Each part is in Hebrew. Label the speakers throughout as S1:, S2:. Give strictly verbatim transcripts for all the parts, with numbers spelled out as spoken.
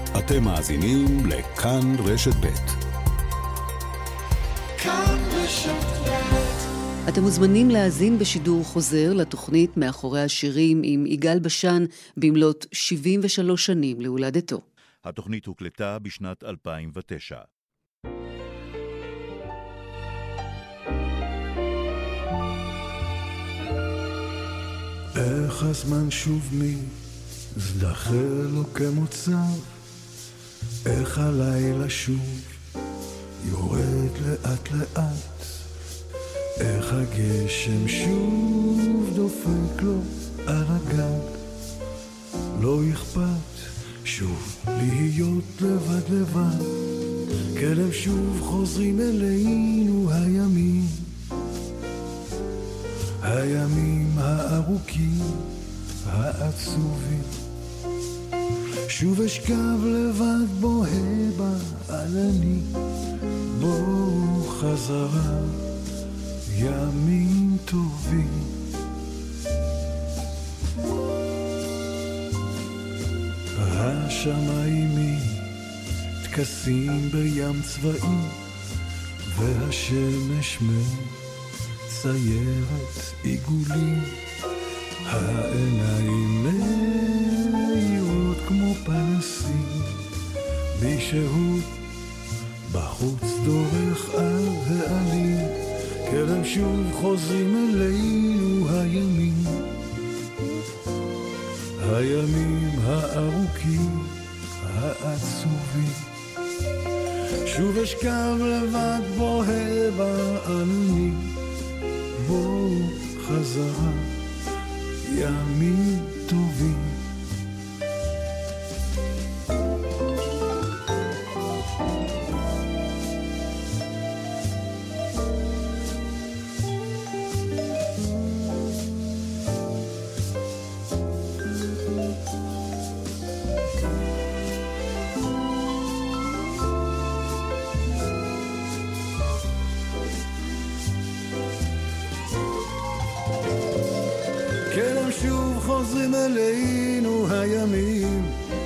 S1: אתם מאזינים לכאן רשת ב'. כאן רשת ב'.
S2: אתם מוזמנים להאזין בשידור חוזר לתוכנית מאחורי השירים עם יגאל בשן במלאת שבעים ושלוש שנים להולדתו.
S3: התוכנית הוקלטה בשנת אלפיים ותשע.
S4: איך הזמן שוב מזדחל לו כמוצב, איך הלילה שוב יורד לאט לאט, איך הגשם שוב דופק לו על הגג. לא אכפת שוב להיות לבד לבד, כלם שוב חוזרים אלינו הימים, הימים הארוכים העצובים. שוב אשכב לבד בוהה בענני, בואו חזרה ימים טובים. השמיים מתכסים בים צבעים, והשמש מציירת עיגולים. העיניים מאירות כמו פנסים, מישהו בחוץ דורך על העלים, כלם שוב חוזרים אלינו הימים, הימים הארוכים העצובים. שוב אשכב לבד בוהה בענני, בואו חזרה ימים טובים. חוזרים אלינו הימים,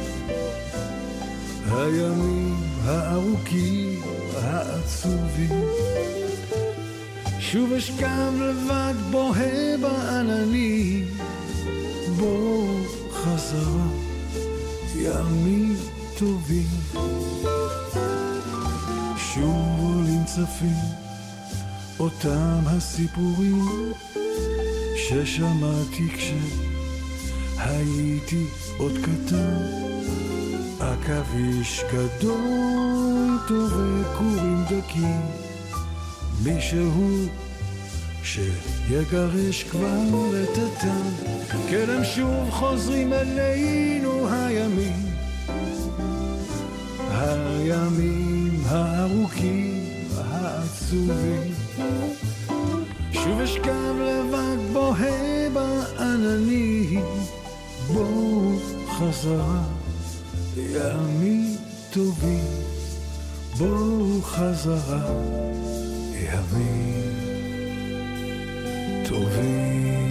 S4: הימים הארוכים העצובים. שוב אשכב לבד בוהה בענני, בואו חזרה ימים טובים. שוב עולים צפים אותם הסיפורים ששמעתי כשהייתי עוד קטן, עכביש גדול טוב וכורים דקים, מישהו שיגרש כבר את התם, כלם שוב חוזרים אלינו הימים, הימים הארוכים העצובים. שוב אשכב לבד בוהה בענני, בואו חזרה ימים טובים, בואו חזרה ימים טובים,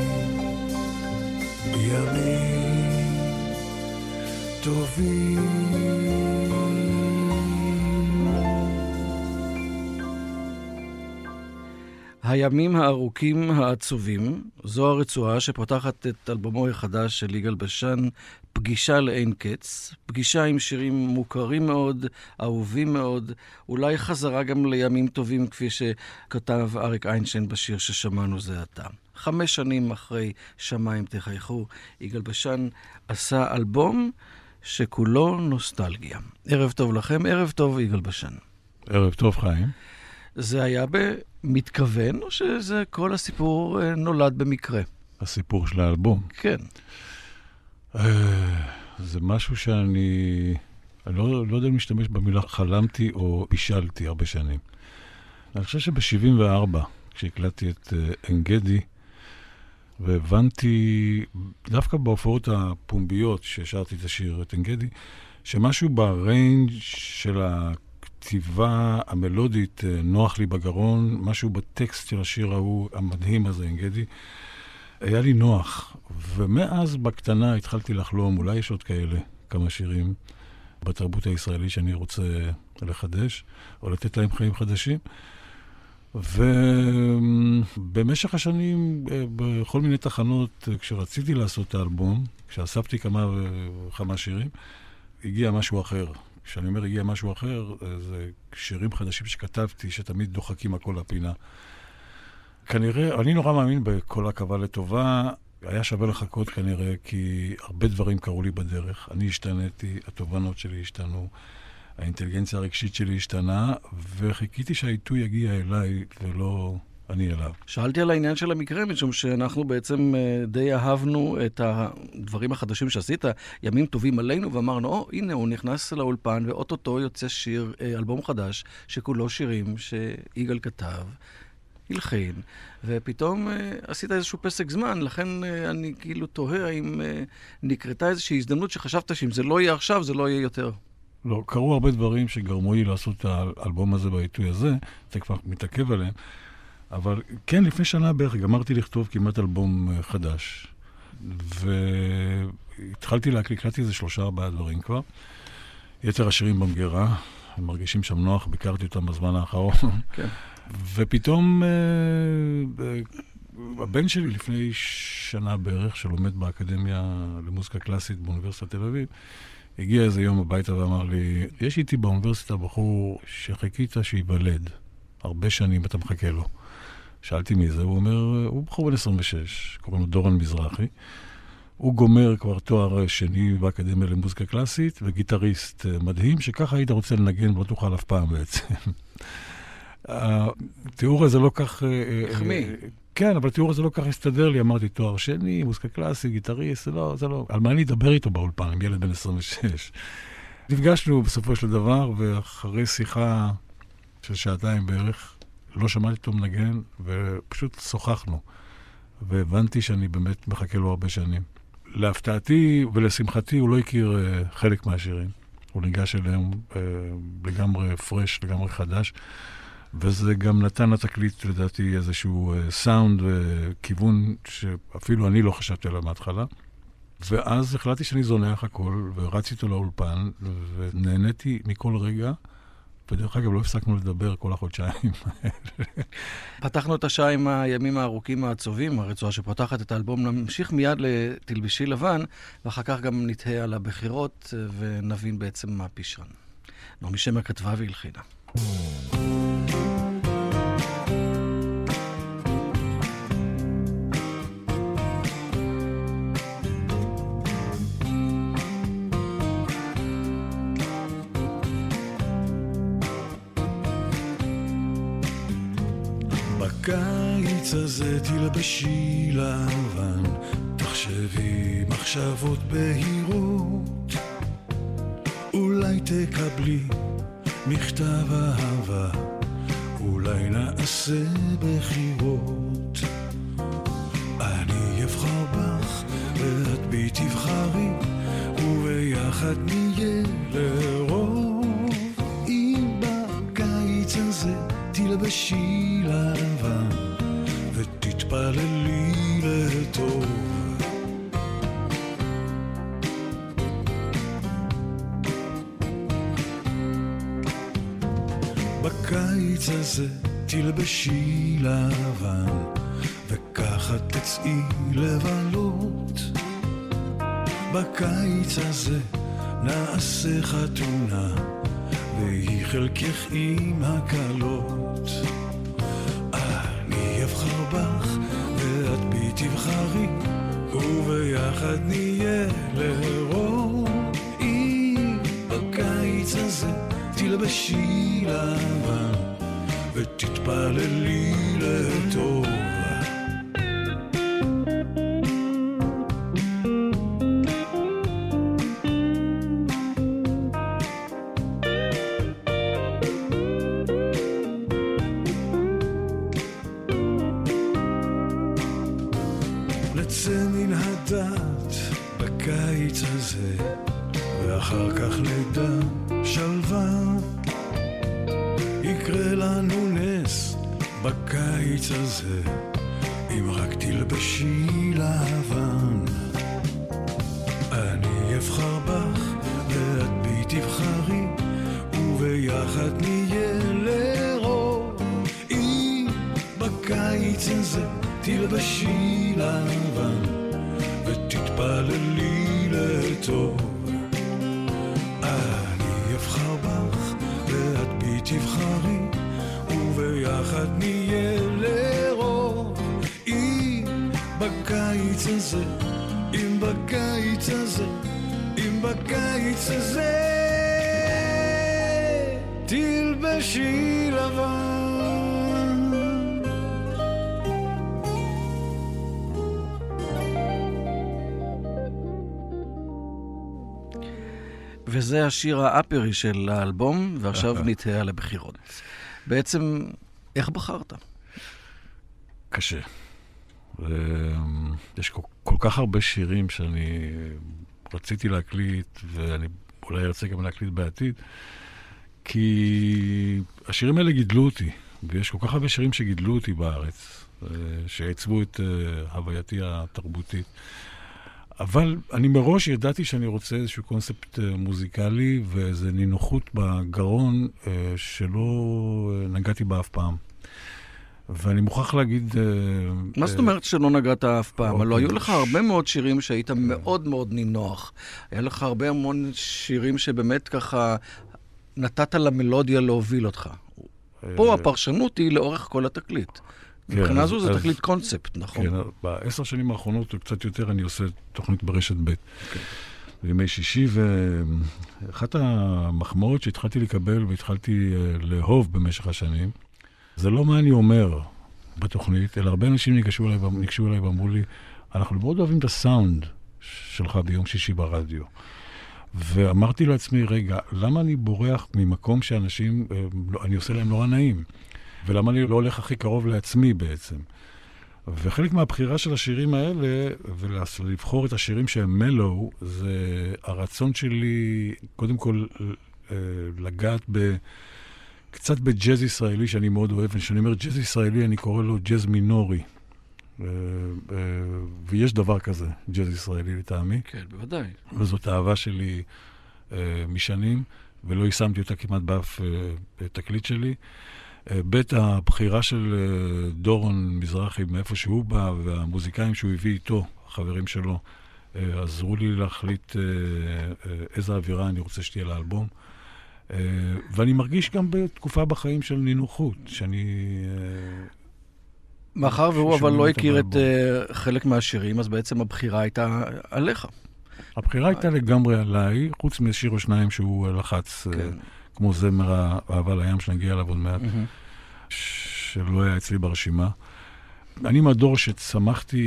S4: ימים טובים.
S5: הימים הארוכים העצובים, זו הרצועה שפותחת את אלבומו החדש של יגאל בשן, פגישה לאין קץ, פגישה עם שירים מוכרים מאוד, אהובים מאוד, אולי חזרה גם לימים טובים כפי שכתב אריק איינשטיין בשיר ששמענו זה עתה. חמש שנים אחרי שמיים תחייכו, יגאל בשן עשה אלבום שכולו נוסטלגיה. ערב טוב לכם, ערב טוב יגאל בשן.
S6: ערב טוב חיים.
S5: זה היה במתכוון, או שזה כל הסיפור נולד במקרה?
S6: הסיפור של האלבום?
S5: כן.
S6: זה משהו שאני, אני לא, לא יודע אם משתמש במילה חלמתי או בישלתי הרבה שנים. אני חושב שב-שבעים וארבע, כשהקלטתי את אנגדי, והבנתי, דווקא בהופעות הפומביות ששרתי את השיר, את אנגדי, שמשהו בריינג' של הכתיבה המלודית נוח לי בגרון, משהו בטקסט של השיר ההוא המדהים הזה, אנגדי, היה לי נוח. ומאז בקטנה התחלתי לחלום, אולי יש עוד כאלה, כמה שירים, בתרבות הישראלית שאני רוצה לחדש, או לתת להם חיים חדשים. ובמשך השנים, בכל מיני תחנות, כשרציתי לעשות את האלבום, כשאספתי כמה וכמה שירים, הגיע משהו אחר. כשאני אומר הגיע משהו אחר, זה שירים חדשים שכתבתי, שתמיד דוחקים הכל לפינה. כנראה, אני נורא מאמין בכל עכבה לטובה, היה שווה לחכות כנראה, כי הרבה דברים קרו לי בדרך. אני השתניתי, התובנות שלי השתנו, האינטליגנציה הרגשית שלי השתנה, וחיכיתי שהעיתוי יגיע אליי ולא אני אליו.
S5: שאלתי על העניין של המקרה, משום שאנחנו בעצם די אהבנו את הדברים החדשים שעשית, ימים טובים עלינו, ואמרנו, או, הנה, הוא נכנס לאולפן, ואוטוטו יוצא שיר, אלבום חדש, שכולו שירים שיגאל כתב, הלחין, ופתאום עשית איזשהו פסק זמן, לכן אני כאילו תוהה אם נקרתה איזושהי הזדמנות שחשבת שאם זה לא יהיה עכשיו, זה לא יהיה יותר.
S6: לא, קרו הרבה דברים שגרמו לי לעשות את האלבום הזה בעיתוי הזה, אתה כבר מתעכב עליהם, אבל כן, לפני שנה בערך גמרתי לכתוב כמעט אלבום חדש, והתחלתי להקליט, הקלטתי איזה שלושה ארבעה דברים כבר, יתר השירים במגירה, הם מרגישים שם נוח, ביקרתי אותם בזמן האחרון,
S5: כן.
S6: ופתאום הבן שלי לפני שנה בערך, שלומד באקדמיה למוזיקה קלאסית באוניברסיטת תל אביב, הגיע איזה יום הביתה ואמר לי, יש איתי באוניברסיטה בחור שחיכית שיוולד. הרבה שנים אתה מחכה לו. שאלתי מי זה, הוא אומר, הוא בחור בן עשרים ושש, קוראים לו דורון מזרחי. הוא גומר כבר תואר שני באקדמיה למוזיקה קלאסית, וגיטריסט מדהים, שככה היית רוצה לנגן, לא תוכל אף פעם בעצם. התיאור הזה לא כך...
S5: החמיא.
S6: כן, אבל התיאור הזה לא כך הסתדר לי, אמרתי תואר שני, מוזיקה קלאסית, גיטריסט, זה לא, זה לא... על מה אני אדבר איתו באולפן, עם ילד בן עשרים ושש. נפגשנו בסופו של דבר, ואחרי שיחה של שעתיים בערך, לא שמעתי אותו מנגן, ופשוט שוחחנו. והבנתי שאני באמת מחכה לו הרבה שנים. להפתעתי ולשמחתי, הוא לא הכיר uh, חלק מהשירים. הוא ניגש אליהם uh, לגמרי פרש, לגמרי חדש. וזה גם נתן לתקליט, לדעתי, איזשהו סאונד וכיוון שאפילו אני לא חשבתי עליו מההתחלה. ואז החלטתי שאני זונח הכל, ורצתי איתו לאולפן, ונהניתי מכל רגע, ודרך אגב לא הפסקנו לדבר כל החודשיים.
S5: פתחנו את השעה עם הימים הארוכים העצובים, הרצועה שפותחת את האלבום, נמשיך מיד לתלבישי לבן, ואחר כך גם נתהה על הבחירות, ונבין בעצם מה פישרן. נעמי שמר כתבה והלחינה.
S4: בקיץ הזה תלבשי לבן, תחשבי מחשבות בהירות, אולי תקבלי מכתב אהבה, אולי נעשה בחירות. אני אבחר בך ואת בי תבחרי, וביחד נהיה לרוב. אם בקיץ הזה תלבשי לבן ותתפללי לטוב, בקיץ הזה תלבשי לבן וככה תצאי לבלות. בקיץ הזה נעשה חתונה והיא חלקך עם הקלות. אני אבחר בך ואת בי תבחרי, וביחד נהיה לרוב. אם בקיץ הזה תלבשי לבן ותתפללי לטוב. נצא מן הדת בקיץ הזה, ואחר כך נדע שלווה. יקרה לנו נס בקיץ הזה, אם רק תלבשי לבן. אני אבחר בך ואת בי תבחר, תלבשי לבן ותתפללי לטוב. אני אבחר בך ואת בי תבחרי, וביחד נהיה לרוב. אם בקיץ הזה, אם בקיץ הזה, אם בקיץ הזה תלבשי לבן.
S5: וזה השיר האפרי של האלבום, ועכשיו נתהיה לבחירות. בעצם, איך בחרת?
S6: קשה. יש כל, כל כך הרבה שירים שאני רציתי להקליט, ואני אולי ארצה גם להקליט בעתיד, כי השירים האלה גידלו אותי, ויש כל כך הרבה שירים שגידלו אותי בארץ, שעצבו את הווייתי התרבותית. אבל אני מראש ידעתי שאני רוצה איזשהו קונספט מוזיקלי, ואיזו נינוחות בגרון שלא נגעתי בה אף פעם. ואני מוכרח להגיד...
S5: מה זאת אומרת שלא נגעת אף פעם? הלוא היו לך הרבה מאוד שירים שהיית מאוד מאוד נינוח. היה לך הרבה המון שירים שבאמת ככה נתת למלודיה להוביל אותך. פה הפרשנות היא לאורך כל התקליט. מבחינה זו זה תקליט קונספט, נכון?
S6: כן, בעשר שנים האחרונות, קצת יותר, אני עושה תוכנית ברשת ב' בימי שישי, ואחת המחמאות שהתחלתי לקבל והתחלתי לאהוב במשך השנים, זה לא מה אני אומר בתוכנית, אלא הרבה אנשים ניגשו אליי, ניגשו אליי ואמרו לי, אנחנו מאוד אוהבים את הסאונד שלך ביום שישי ברדיו. ואמרתי לעצמי, רגע, למה אני בורח ממקום שאנשים, אני עושה להם נורא נעים? ולמה אני לא הולך הכי קרוב לעצמי בעצם? וחלק מהבחירה של השירים האלה, ולבחור את השירים שהם מלו, זה הרצון שלי, קודם כל, לגעת ב... קצת בג'אז ישראלי שאני מאוד אוהב, וכשאני אומר ג'אז ישראלי, אני קורא לו ג'אז מינורי. ויש דבר כזה, ג'אז ישראלי לטעמי.
S5: כן, בוודאי.
S6: וזאת אהבה שלי משנים, ולא יישמתי אותה כמעט באף תקליט שלי. בית הבחירה של דורון מזרחי, מאיפה שהוא בא, והמוזיקאים שהוא הביא איתו, החברים שלו, עזרו לי להחליט איזה אווירה אני רוצה שתהיה לאלבום. ואני מרגיש גם בתקופה בחיים של נינוחות, שאני...
S5: מאחר והוא אבל לא הכיר את חלק מהשירים, אז בעצם הבחירה הייתה עליך.
S6: הבחירה הייתה לגמרי עליי, חוץ משיר או שניים שהוא לחץ, כמו זמר האהבה לים שנגיע אליו עוד מעט, שלא היה אצלי ברשימה. אני מהדור שצמחתי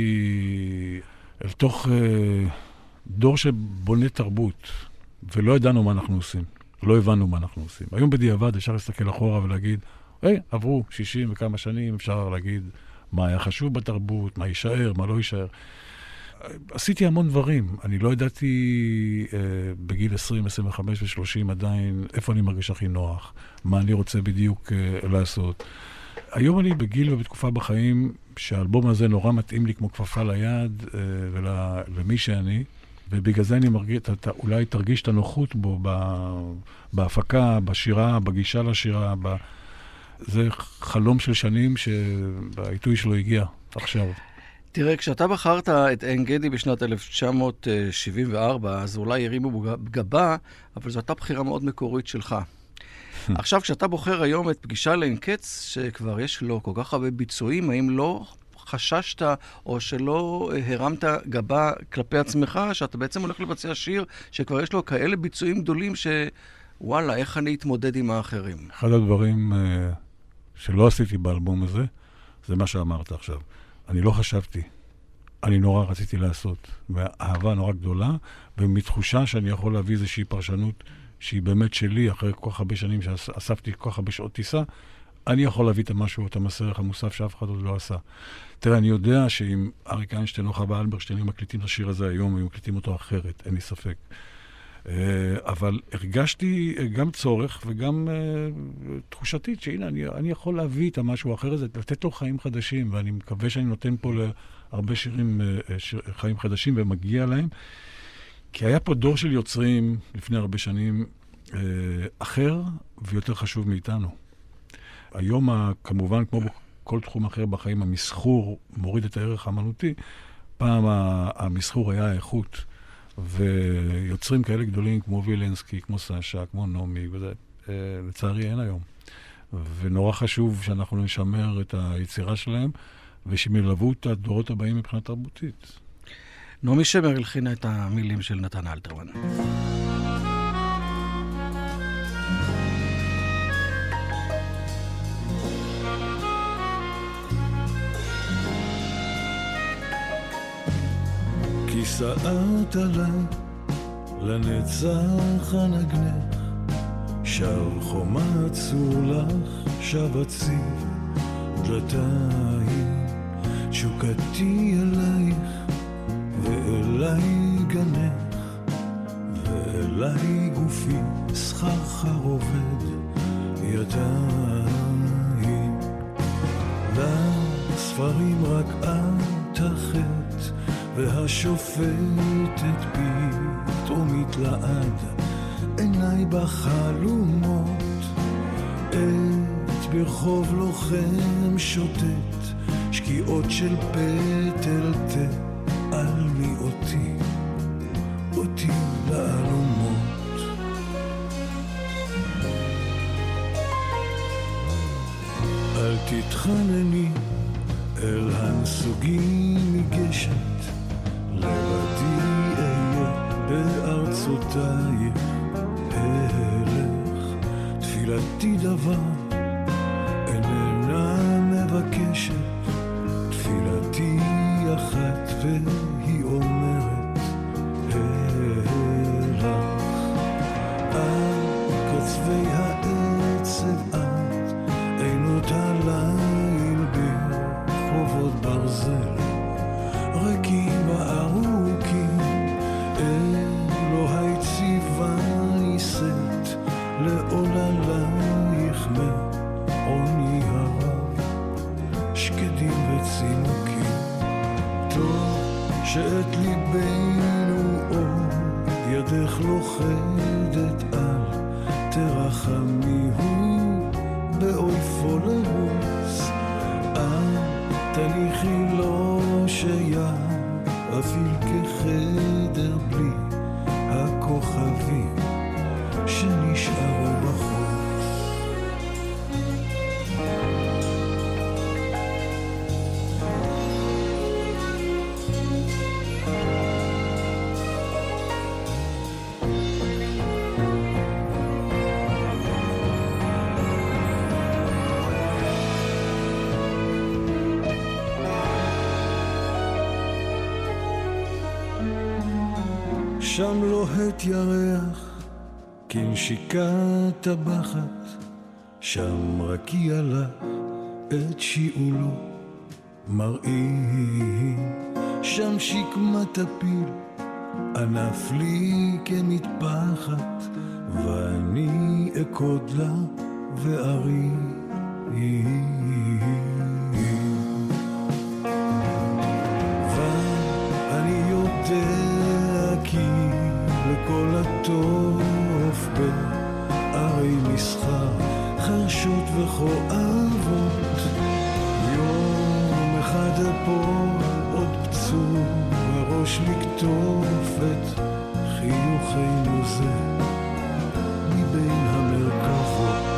S6: אל תוך דור שבונה תרבות, ולא ידענו מה אנחנו עושים. לא הבנו מה אנחנו עושים. היום בדיעבד אפשר להסתכל אחורה ולהגיד, היי, עברו שישים וכמה שנים, אפשר להגיד מה היה חשוב בתרבות, מה יישאר, מה לא יישאר. עשיתי המון דברים. אני לא ידעתי אה, בגיל עשרים, עשרים וחמש ושלושים עדיין איפה אני מרגיש הכי נוח, מה אני רוצה בדיוק אה, לעשות. היום אני בגיל ובתקופה בחיים שהאלבום הזה נורא מתאים לי כמו כפפה ליד אה, ולמי שאני, ובגלל זה אני מרגיש, אתה אולי תרגיש את הנוחות בו, בהפקה, בשירה, בגישה לשירה, ב... זה חלום של שנים שהעיתוי שלו הגיע עכשיו.
S5: תראה, כשאתה בחרת את עין גדי בשנת אלף תשע מאות שבעים וארבע, אז אולי הרימו בגבה, אבל זו הייתה בחירה מאוד מקורית שלך. עכשיו, כשאתה בוחר היום את פגישה לעין קץ, שכבר יש לו כל כך הרבה ביצועים, האם לא חששת או שלא הרמת גבה כלפי עצמך, שאתה בעצם הולך לבצע שיר שכבר יש לו כאלה ביצועים גדולים שוואלה, איך אני אתמודד עם האחרים?
S6: אחד הדברים uh, שלא עשיתי באלבום הזה, זה מה שאמרת עכשיו. אני לא חשבתי. אני נורא רציתי לעשות. והאהבה נורא גדולה, ומתחושה שאני יכול להביא איזושהי פרשנות שהיא באמת שלי, אחרי כל כך הרבה שנים שאספתי כל כך הרבה שעות טיסה, אני יכול להביא את המשהו, את המסרך המוסף שאף אחד עוד לא עשה. תראה, אני יודע שאם אריק איינשטיין או חווה אלברשטיין מקליטים את השיר הזה היום, הם מקליטים אותו אחרת, אין לי ספק. אבל הרגשתי גם צורך וגם תחושתית שהנה, אני, אני יכול להביא את המשהו האחר הזה, לתת לו חיים חדשים, ואני מקווה שאני נותן פה להרבה שירים שיר, חיים חדשים ומגיע להם. כי היה פה דור של יוצרים לפני הרבה שנים אחר ויותר חשוב מאיתנו. היום, כמובן, כמו כל תחום אחר בחיים, המסחור מוריד את הערך האמנותי, פעם המסחור היה האיכות, ויוצרים כאלה גדולים כמו וילנסקי, כמו סשה, כמו נעמי, וזה לצערי אין היום. ונורא חשוב שאנחנו נשמר את היצירה שלהם, ושהם ילוו את הדורות הבאים מבחינה תרבותית.
S5: נעמי שמר הלחינה את המילים של נתן אלתרמן.
S4: כי סערת עליי לנצח הנגנך, שב חומה צור לך, שב הציב דלתיים, תשוקתי אלייך ואליי גנך, ואליי גופי סחרחר עובד ידיים. לספרים רק את החטא, והשופטת פתאום מתלעד, עיניי בחלומות, את ברחוב לוחם שוטט, שקיעות של פטל תעלמי אותי, אותי לעלומות. אל תתחנני אל הנסוגים מגשת, לבדי אהיה בארצותיי הלך, תפילתי דבר איננה מבקשת, תפילתי אחת והיא אומרת הלך. על קצווי העצב את עינות הליל ברחובות ברזל, רקים הארוכים אלוהי ציווה ניסית לעוללייך מעוני הרב, שקדים וצימוקים. טוב שאת ליבנו עוד ידך לוחדת על, תרחמיהו באויפו לרוץ, אל תניחי לו שיפיל כחדר בלי הכוכבים שנשארו בחוץ. שם לוהט ירח כנשיקת טבחת, שם רקיע לך את שיעולו מראים, שם שקמת הפיל ענף לי כמטפחת, ואני אקוד לה וארי. ואני יודע כי לכל הטוב בערי מסחר חרשות וכואבות, יום אחד אפול עוד פצור וראש לקטוף את חיוכנו זה מבין המרכבות.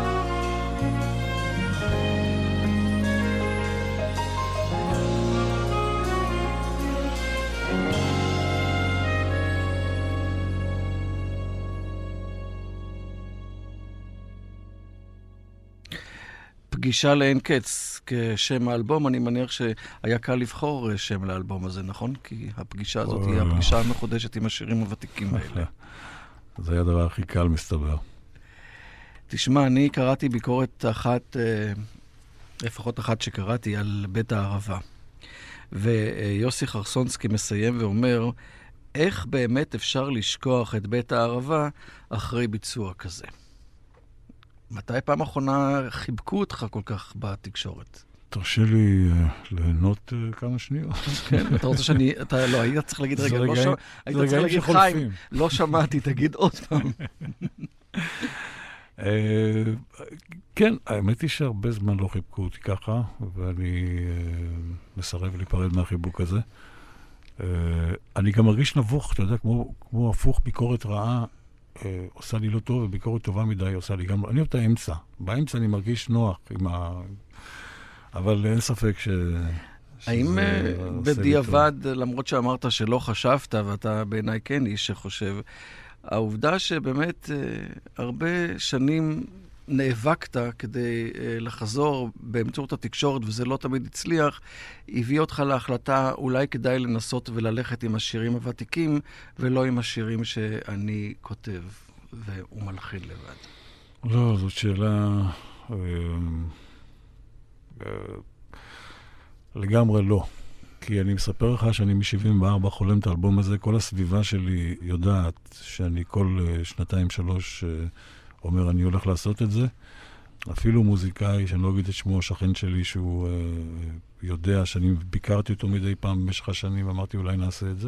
S5: פגישה לאין קץ כשם האלבום. אני מניח שהיה קל לבחור שם לאלבום הזה, נכון? כי הפגישה הזאת היא הפגישה המחודשת עם השירים הוותיקים האלה.
S6: זה היה הדבר הכי קל, מסתבר.
S5: תשמע, אני קראתי ביקורת אחת, לפחות אחת שקראתי, על בית הערבה. ויוסי חרסונסקי מסיים ואומר, איך באמת אפשר לשכוח את בית הערבה אחרי ביצוע כזה? מתי פעם אחרונה חיבקו אותך כל כך בתקשורת?
S6: תרשה לי ליהנות כמה שניות.
S5: כן, אתה רוצה שאני... אתה לא, היית צריך להגיד רגע, לא שמעתי. היית צריך להגיד חיים, לא שמעתי, תגיד עוד פעם.
S6: כן, האמת היא שהרבה זמן לא חיבקו אותי ככה, ואני מסרב להיפרד מהחיבוק הזה. אני גם מרגיש נבוך, אתה יודע, כמו הפוך, ביקורת רעה עושה לי לא טוב, וביקורת טובה מדי עושה לי גם... אני אוהב את האמצע. באמצע אני מרגיש נוח עם ה... אבל אין ספק ש...
S5: האם בדיעבד, למרות שאמרת שלא חשבת, ואתה בעיניי כן איש שחושב, העובדה שבאמת הרבה שנים נאבקת כדי לחזור באמצעות התקשורת, וזה לא תמיד הצליח, הביא אותך להחלטה, אולי כדאי לנסות וללכת עם השירים הוותיקים, ולא עם השירים שאני כותב והוא מלחין לבד.
S6: לא, זאת שאלה... לגמרי לא. כי אני מספר לך שאני מ-שבעים וארבע חולם את האלבום הזה, כל הסביבה שלי יודעת שאני כל שנתיים שלוש אומר אני הולך לעשות את זה. אפילו מוזיקאי, שאני לא אגיד את שמו, השכן שלי, שהוא יודע שאני ביקרתי אותו מדי פעם במשך השנים, אמרתי אולי נעשה את זה.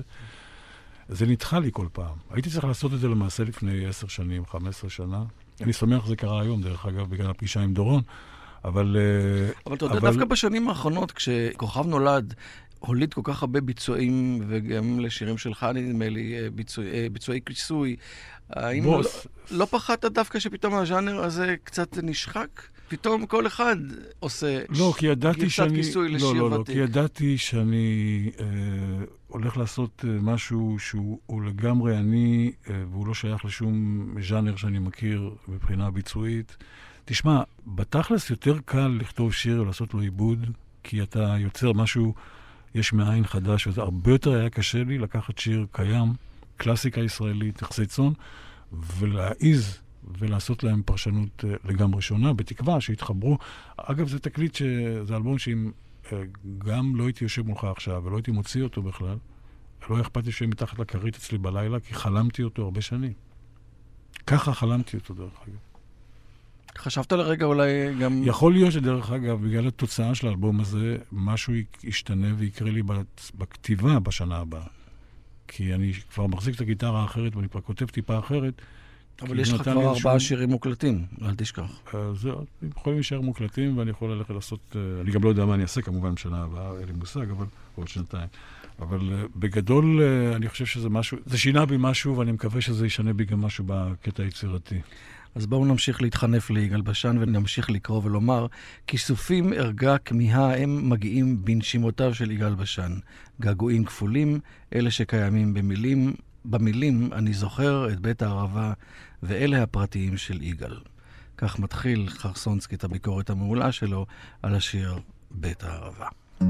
S6: זה נדחה לי כל פעם. הייתי צריך לעשות את זה למעשה לפני עשר שנים, חמש עשרה שנה. אני שמח שזה קרה היום, דרך אגב, בגלל הפגישה עם דורון. אבל...
S5: אבל אתה יודע, דווקא בשנים האחרונות, כשכוכב נולד, הוליד כל כך הרבה ביצועים, וגם לשירים שלך, נדמה לי, ביצועי, ביצועי כיסוי. האם לא, לא פחדת דווקא שפתאום הז'אנר הזה קצת נשחק? פתאום כל אחד עושה
S6: לא, כי ידעתי שאני,
S5: כיסוי לשיר
S6: לא, לא,
S5: ותיק.
S6: לא, כי ידעתי שאני אה, הולך לעשות אה, משהו שהוא לגמרי אני, אה, והוא לא שייך לשום ז'אנר שאני מכיר מבחינה ביצועית. תשמע, בתכלס יותר קל לכתוב שיר ולעשות לו עיבוד, כי אתה יוצר משהו, יש מאין חדש, וזה הרבה יותר היה קשה לי לקחת שיר קיים, קלאסיקה ישראלית, יחסי צאן, ולהעיז ולעשות להם פרשנות לגמרי שונה, בתקווה שהתחברו. אגב, זה תקליט שזה אלבום שאם גם לא הייתי יושב מולך עכשיו, ולא הייתי מוציא אותו בכלל, לא אכפת לי שהם מתחת לכרית אצלי בלילה, כי חלמתי אותו הרבה שנים. ככה חלמתי אותו דרך אגב.
S5: חשבת לרגע אולי גם...
S6: יכול להיות שדרך אגב, בגלל התוצאה של האלבום הזה, משהו ישתנה ויקרה לי בכתיבה בשנה הבאה. כי אני כבר מחזיק את הגיטרה האחרת, ואני כבר כותב טיפה אחרת.
S5: אבל יש לך כבר ארבעה שירים מוקלטים, אל תשכח.
S6: זהו, הם יכולים להישאר מוקלטים, ואני יכול ללכת לעשות... אני גם לא יודע מה אני אעשה, כמובן, בשנה הבאה, אין לי מושג, אבל עוד שנתיים. אבל בגדול, אני חושב שזה משהו... זה שינה בי משהו, ואני מקווה שזה ישנה בי גם משהו בקטע היצירתי.
S5: אז בואו נמשיך להתחנף ליגאל בשן ונמשיך לקרוא ולומר, כיסופים ארגע כמיהה הם מגיעים בנשימותיו של יגאל בשן. געגועים כפולים, אלה שקיימים במילים, במילים אני זוכר את בית הערבה, ואלה הפרטיים של יגאל. כך מתחיל חרסונסקי את הביקורת המעולה שלו על השיר בית הערבה.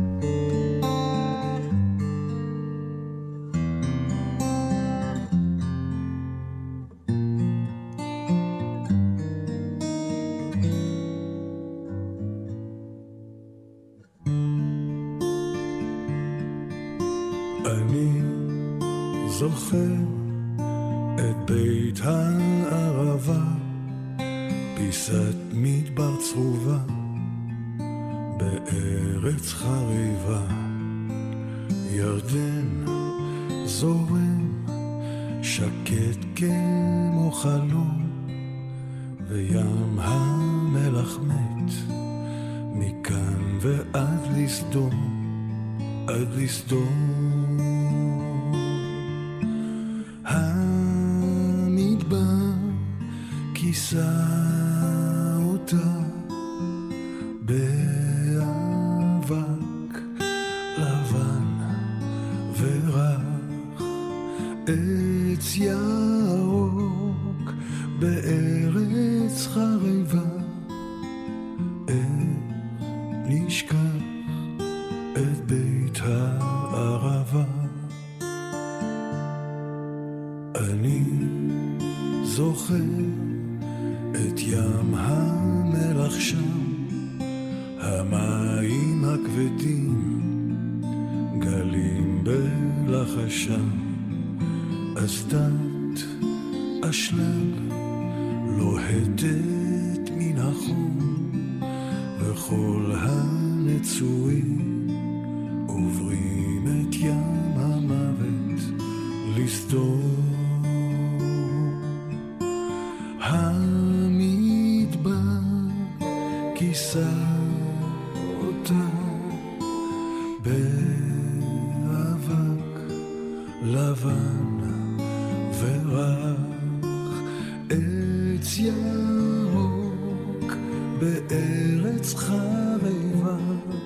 S4: זוכר את בית הערבה, פיסת מדבר צרובה בארץ חריבה, ירדן זורם שקט כמו חלום, וים המלח מת מכאן ועד לסדום, עד לסדום. המדבר כיסה אותה באבק לבן ורח, עץ ירוק בארץ חריבה, איך נשכח את בית הערבה. אני זוכר את ים המלח שם, המים הכבדים גלים בלחשם, אסדת אשלג לוהטת מן החום, וכל הנצורים עוברים את ים המוות לסדום. המדבר כיסה אותה באבק לבן ורח, עץ ירוק בארץ חריבה,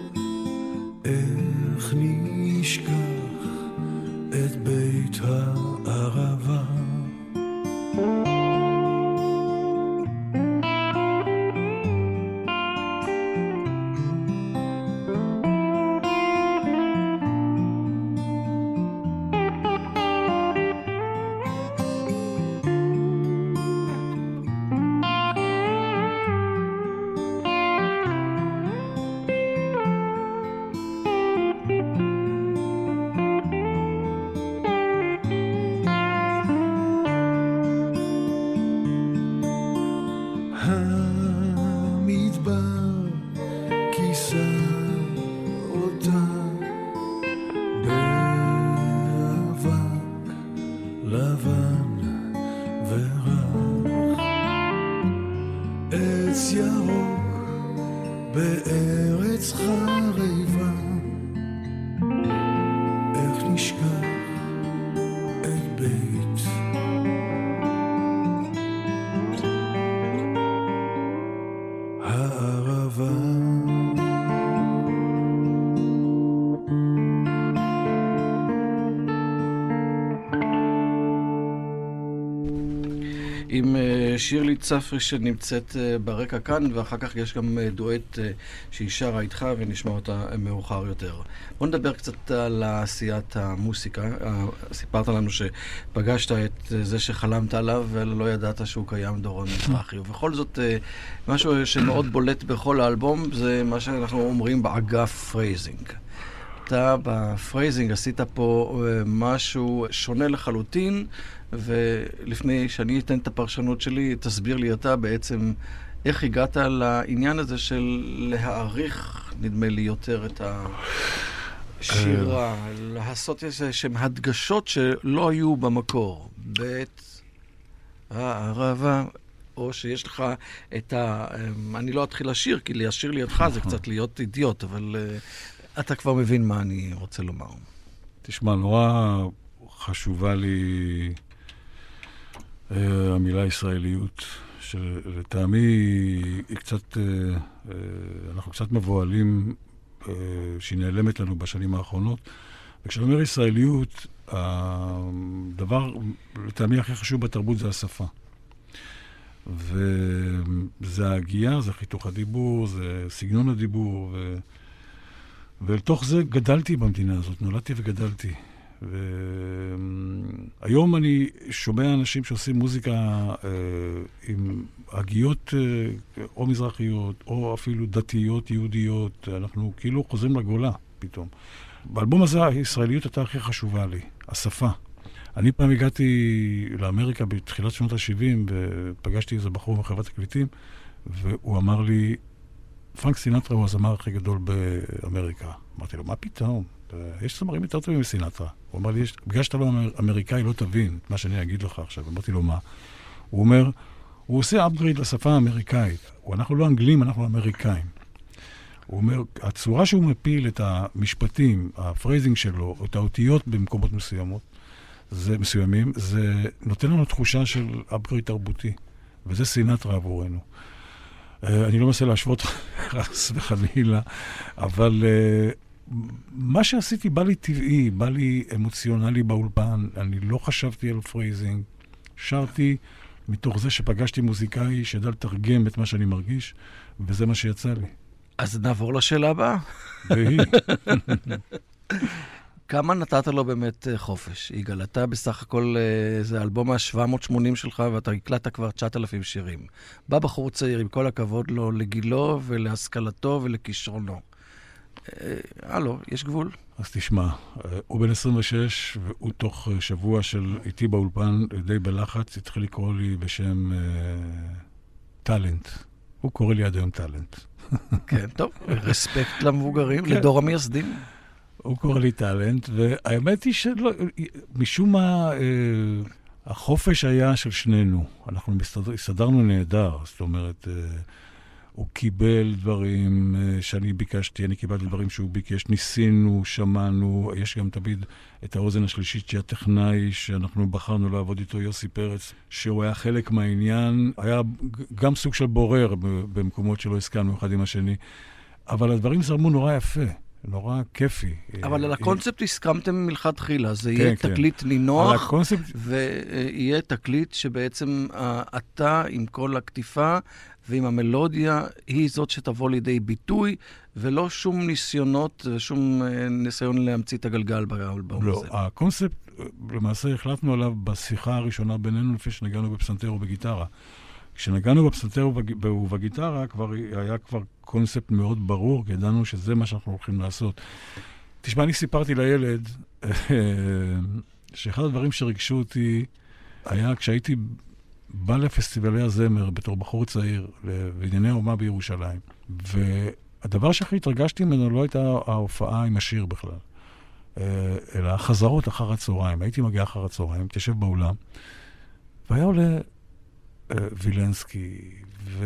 S4: איך נשכח את בית הערבה.
S5: עם שירלי צפרי שנמצאת ברקע כאן, ואחר כך יש גם דואט שהיא שרה איתך ונשמע אותה מאוחר יותר. בוא נדבר קצת על עשיית המוסיקה. סיפרת לנו שפגשת את זה שחלמת עליו ולא ידעת שהוא קיים, דורון מזרחי. ובכל זאת, משהו שמאוד בולט בכל האלבום זה מה שאנחנו אומרים באגף פרייזינג. אתה בפרייזינג עשית פה משהו שונה לחלוטין, ולפני שאני אתן את הפרשנות שלי, תסביר לי אתה בעצם איך הגעת לעניין הזה של להעריך, נדמה לי, יותר את השירה, לעשות איזה שהם הדגשות שלא היו במקור. בית הערבה, או שיש לך את ה... אני לא אתחיל לשיר, כי לשיר לידך זה קצת להיות אידיוט, אבל אתה כבר מבין מה אני רוצה לומר.
S6: תשמע, נורא חשובה לי המילה ישראליות, שלטעמי היא קצת, אנחנו קצת מבועלים שהיא נעלמת לנו בשנים האחרונות. וכשאני אומר ישראליות, הדבר לטעמי הכי חשוב בתרבות זה השפה. וזה ההגייה, זה חיתוך הדיבור, זה סגנון הדיבור, ו... ולתוך זה גדלתי במדינה הזאת, נולדתי וגדלתי. והיום אני שומע אנשים שעושים מוזיקה אה, עם הגיות אה, או מזרחיות, או אפילו דתיות, יהודיות. אנחנו כאילו חוזרים לגולה פתאום. באלבום הזה הישראליות הייתה הכי חשובה לי, השפה. אני פעם הגעתי לאמריקה בתחילת שנות ה-שבעים, ופגשתי איזה בחור מחברת תקליטים, והוא אמר לי, פרנק סינטרה הוא הזמר הכי גדול באמריקה. אמרתי לו, מה פתאום? יש זמרים יותר טובים מסינטרה. הוא אמר לי, בגלל שאתה לא אמריקאי, לא תבין מה שאני אגיד לך עכשיו. אמרתי לו, מה? הוא אומר, הוא עושה upgrade לשפה האמריקאית. אנחנו לא אנגלים, אנחנו אמריקאים. הוא אומר, הצורה שהוא מפיל את המשפטים, הפרייזינג שלו, את האותיות במקומות מסוימות, זה מסוימים, זה נותן לנו תחושה של upgrade תרבותי. וזה סינטרה עבורנו. אני לא מנסה להשוות רס וחלילה, אבל מה שעשיתי בא לי טבעי, בא לי אמוציונלי באולפן, אני לא חשבתי על פרייזינג, שרתי מתוך זה שפגשתי מוזיקאי שידע לתרגם את מה שאני מרגיש, וזה מה שיצא לי.
S5: אז נעבור לשאלה הבאה.
S6: והיא.
S5: כמה נתת לו באמת חופש? יגאל, אתה בסך הכל, זה אלבום ה-שבע מאות ושמונים שלך, ואתה הקלטת כבר תשעת אלפים שירים. בא בחור צעיר, עם כל הכבוד לו, לגילו ולהשכלתו ולכישרונו. הלו, יש גבול?
S6: אז תשמע, הוא בן עשרים ושש, והוא תוך שבוע של איתי באולפן, די בלחץ, התחיל לקרוא לי בשם טלנט. הוא קורא לי עד היום טלנט.
S5: כן, טוב, רספקט למבוגרים, לדור המייסדים.
S6: הוא קורא לי טלנט, והאמת היא שלא, משום מה, החופש היה של שנינו. אנחנו הסתדרנו נהדר, זאת אומרת, הוא קיבל דברים שאני ביקשתי, אני קיבלתי דברים שהוא ביקש, ניסינו, שמענו, יש גם תמיד את האוזן השלישית שהיא הטכנאי, שאנחנו בחרנו לעבוד איתו, יוסי פרץ, שהוא היה חלק מהעניין, היה גם סוג של בורר במקומות שלא הסכמנו אחד עם השני, אבל הדברים זרמו נורא יפה. נורא כיפי.
S5: אבל על הקונספט הסכמתם מלכתחילה, זה יהיה תקליט נינוח, ויהיה תקליט שבעצם אתה עם כל הכתיפה ועם המלודיה היא זאת שתבוא לידי ביטוי, ולא שום ניסיונות ושום ניסיון להמציא את הגלגל באלבום הזה.
S6: לא, הקונספט, למעשה החלטנו עליו בשיחה הראשונה בינינו לפני שנגענו בפסנתר ובגיטרה. כשנגענו בפסנתר ובגיטרה, כבר היה כבר קונספט מאוד ברור, כי ידענו שזה מה שאנחנו הולכים לעשות. תשמע, אני סיפרתי לילד שאחד הדברים שרגשו אותי היה כשהייתי בא לפסטיבלי הזמר בתור בחור צעיר, לענייני האומה בירושלים. והדבר שהכי התרגשתי ממנו לא הייתה ההופעה עם השיר בכלל, אלא החזרות אחר הצהריים. הייתי מגיע אחר הצהריים, תשב באולם, והיה עולה וילנסקי ו...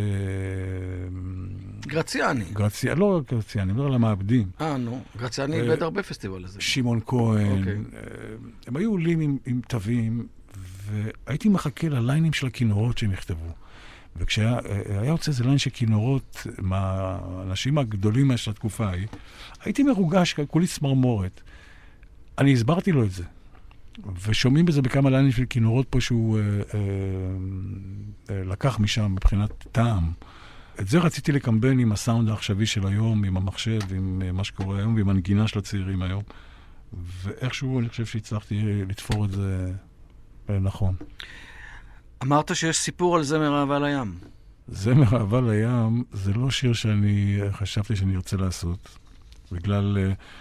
S5: גרציאני.
S6: גרציאני, לא גרציאני, אני מדבר על המעבדים.
S5: אה, נו, גרציאני איבד הרבה פסטיבל הזה.
S6: שמעון כהן. הם היו עולים עם תווים, והייתי מחכה לליינים של הכינורות שהם יכתבו. וכשהיה יוצא איזה ליין של כינורות, מהאנשים הגדולים של התקופה ההיא, הייתי מרוגש, כולי צמרמורת. אני הסברתי לו את זה. ושומעים בזה בכמה ליינים של כינורות פה שהוא אה, אה, לקח משם מבחינת טעם. את זה רציתי לקמבן עם הסאונד העכשווי של היום, עם המחשב, עם מה שקורה היום, ועם הנגינה של הצעירים היום. ואיכשהו אני חושב שהצלחתי לתפור את זה נכון.
S5: אמרת שיש סיפור על זמר אהבה לים.
S6: זמר אהבה לים זה לא שיר שאני חשבתי שאני ארצה לעשות, בגלל...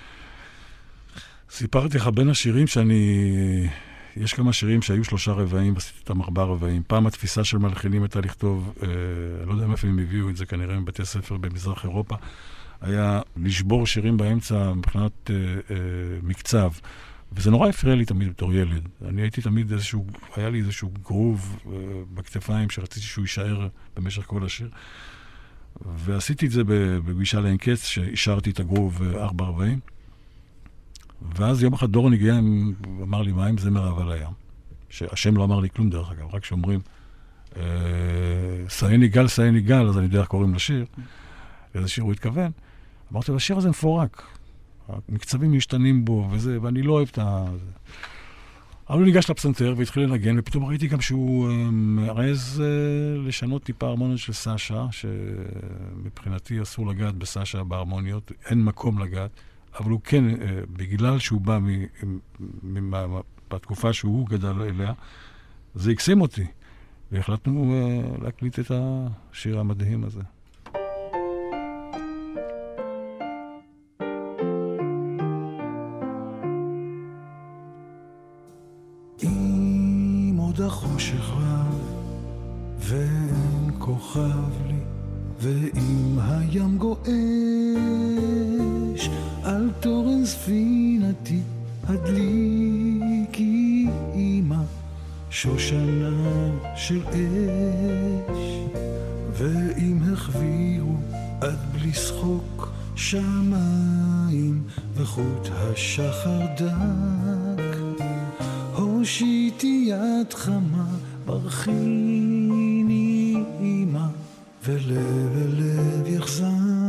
S6: סיפרתי לך בין השירים שאני... יש כמה שירים שהיו שלושה רבעים, ועשיתי אותם ארבעה רבעים. פעם התפיסה של מלחינים הייתה לכתוב, אה, לא יודע איפה הם הביאו את זה, כנראה מבתי ספר במזרח אירופה, היה לשבור שירים באמצע מבחינת אה, אה, מקצב. וזה נורא הפריע לי תמיד בתור ילד. אני הייתי תמיד איזשהו, היה לי איזשהו גרוב אה, בכתפיים שרציתי שהוא יישאר במשך כל השיר. ועשיתי את זה בפגישה לעין קץ, שהשארתי את הגרוב ארבע רבעים. ואז יום אחד דורון הגיע, אמר לי, מה עם זמר אהבה לים? שהשם לא אמר לי כלום דרך אגב, רק שאומרים, סעני גל, סעני גל, אז אני יודע איך קוראים לשיר, איזה שיר הוא התכוון. אמרתי, השיר הזה מפורק, המקצבים משתנים בו, וזה, ואני לא אוהב את ה... אבל הוא ניגש לפסנתר והתחיל לנגן, ופתאום ראיתי גם שהוא מעז לשנות טיפה הרמוניות של סשה, שמבחינתי אסור לגעת בסשה בהרמוניות, אין מקום לגעת. אבל הוא כן, בגלל שהוא בא בתקופה שהוא גדל אליה, זה יקסם אותי. והחלטנו להקליט את השיר המדהים הזה.
S4: אם עוד החושך רב ואין כוכב לי, ואם הים גועש על תורן ספינתי, הדליקי אמא שושנה של אש, ואם החבירו עד בלי שחוק שמיים וחוט השחר דק, הושיטי יד חמה ברכיני אמא, ולב אל לב יחזק.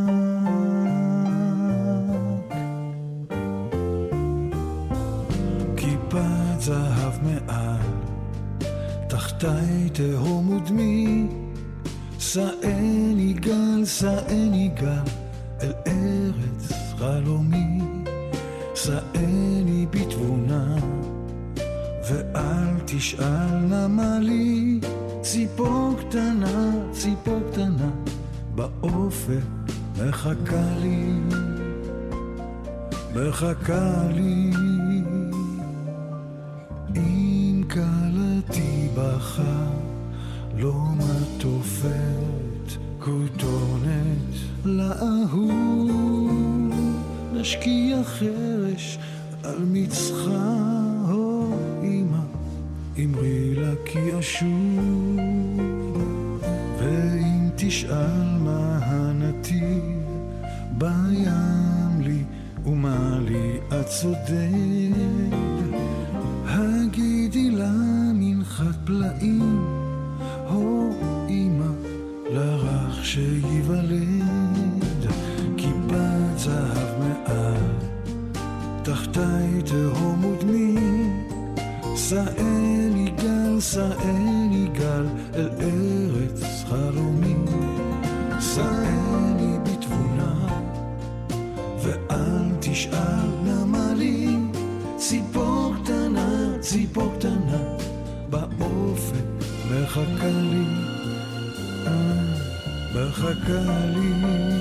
S4: כיפת זהב מעל, תחתי תהום ודמי, סעני גל, סעני גל, אל ארץ חלומי, סעני בתבונה, ואל תשאל נמה לי, ציפור קטנה, ציפור קטנה, באופק מחכה לי, מחכה לי. אם קלתי בכה, לא מטופת, כותונת לאהוב, נשקיע חרש על מצחה, או אמא, אמרי לה כי אשוב, ואם תשאל מה בים לי ומה לי את צודד, הגידי לה מנחת פלאים, הו אמא לרך שיוולד, כיפת זהב מעל תחתי תהום ודמי, סעני גל סעני גל אל ארץ חלומי, סעני בתבונה ואל תשאל למה לי, ציפור קטנה ציפור קטנה באופק מחכה לי, אה, מחכה לי.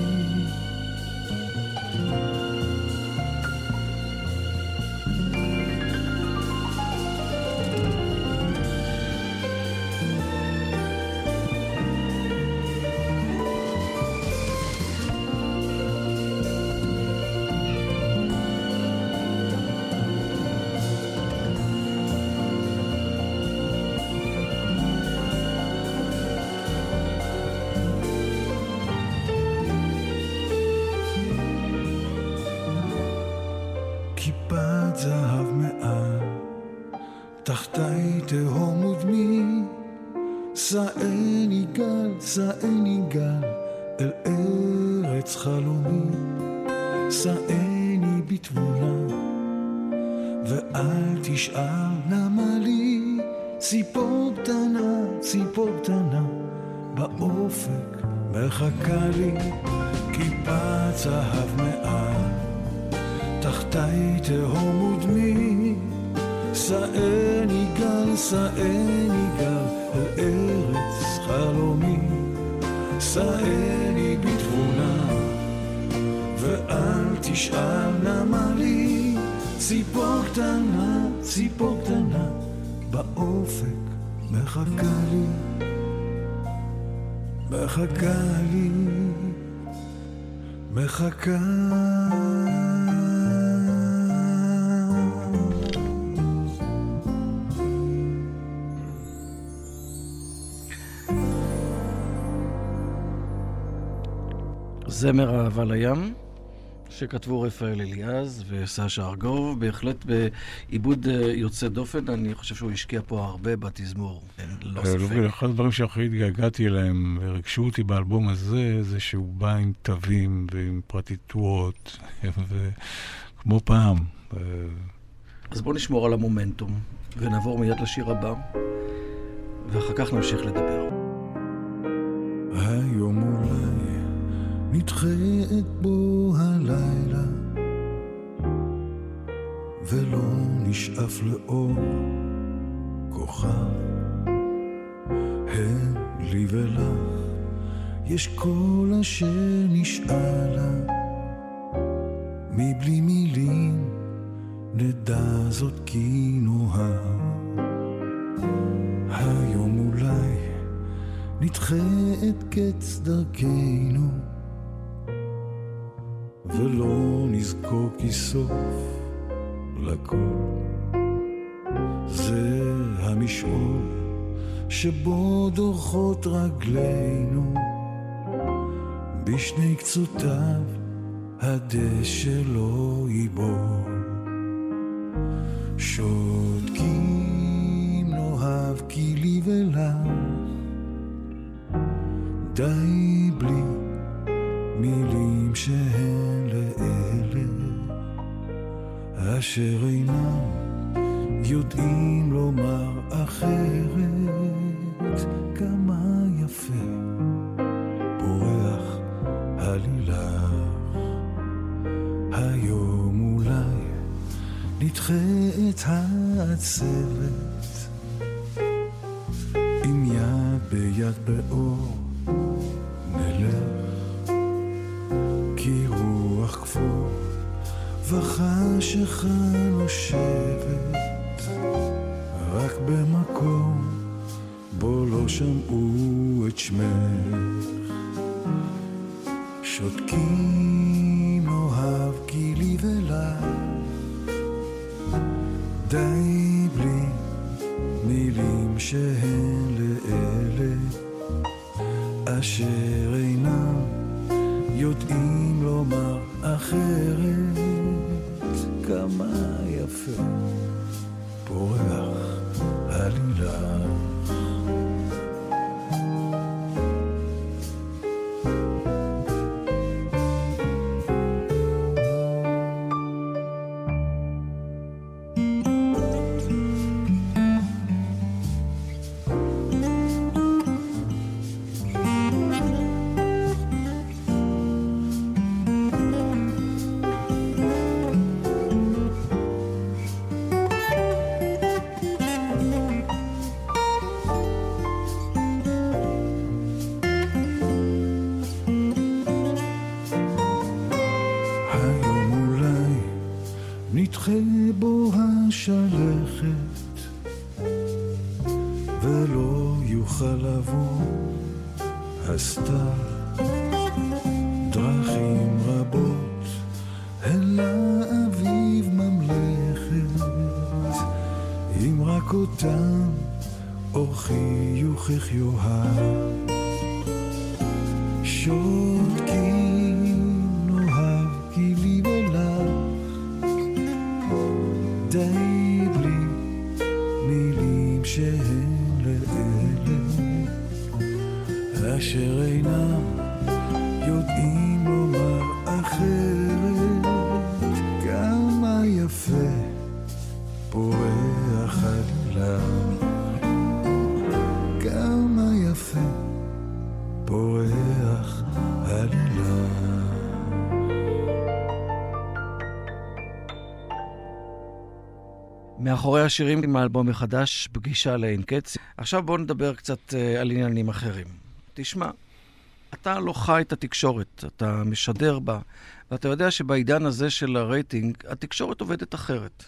S4: תחתי תהום ודמי, סעני גל, סעני גל אל ארץ חלומי, סעני בתבונה ואל תשאל למה לי, ציפור קטנה, ציפור קטנה באופק מחכה לי, כיפת זהב מעל תחתי תהום ודמי, סעני גל, סעני גל אל ארץ חלומי, סעני בתבונה ואל תשאל למה לי, ציפור קטנה, ציפור קטנה באופק מחכה לי, מחכה לי, מחכה.
S5: זמר אהבה לים, שכתבו רפאל אליעז וסשה ארגוב, בהחלט בעיבוד יוצא דופן, אני חושב שהוא השקיע פה הרבה בתזמור, לא ספק.
S6: אחד הדברים שהכי התגעגעתי אליהם ורגשו אותי באלבום הזה, זה שהוא בא עם תווים ועם פרטיטורות, וכמו פעם.
S5: אז בואו נשמור על המומנטום, ונעבור מיד לשיר הבא, ואחר כך נמשיך לדבר.
S4: היום אולי נדחה את בו הלילה ולא נשאף לאור כוכב, הן לי ולך יש כל אשר נשאלה, מבלי מילים נדע זאת כי נוהג. היום אולי נדחה את קץ דרכנו ולא נזכור כי סוף לכל זה המשעול שבו דורכות רגלינו, בשני קצותיו הדשא לא ייבול, שותקים נאהב כי לי ולך, די בלי מילים שהן לאלה אשר אינם יודעים לומר אחרת, כמה יפה פורח הלילך. היום אולי נדחה את העצבת עם יד ביד באור נלך, כי רוח כפור וחשכה נושבת רק במקום בו לא שמעו את שמך, שותקים אוהב כי לי ולך, די בלי מילים שהן לאלה אשר אינם יודעים לומר אחרת, כמה יפה פורח הלילך. נדחה בו השלכת ולא יוכל לבוא הסתר דרכים רבות אל האביב ממלכת אם רק אותם אורחי יוכח יוהב שותקים נוהב כי לי ולך די בלי מילים שהן לאלה אשר אינם יודעים לומר אחרת כמה יפה פורח הלילך כמה יפה פורח הלילך.
S5: מאחורי השירים עם האלבום החדש, פגישה לאין קץ. עכשיו בואו נדבר קצת על עניינים אחרים. תשמע, אתה לא חי את התקשורת, אתה משדר בה, ואתה יודע שבעידן הזה של הרייטינג, התקשורת עובדת אחרת.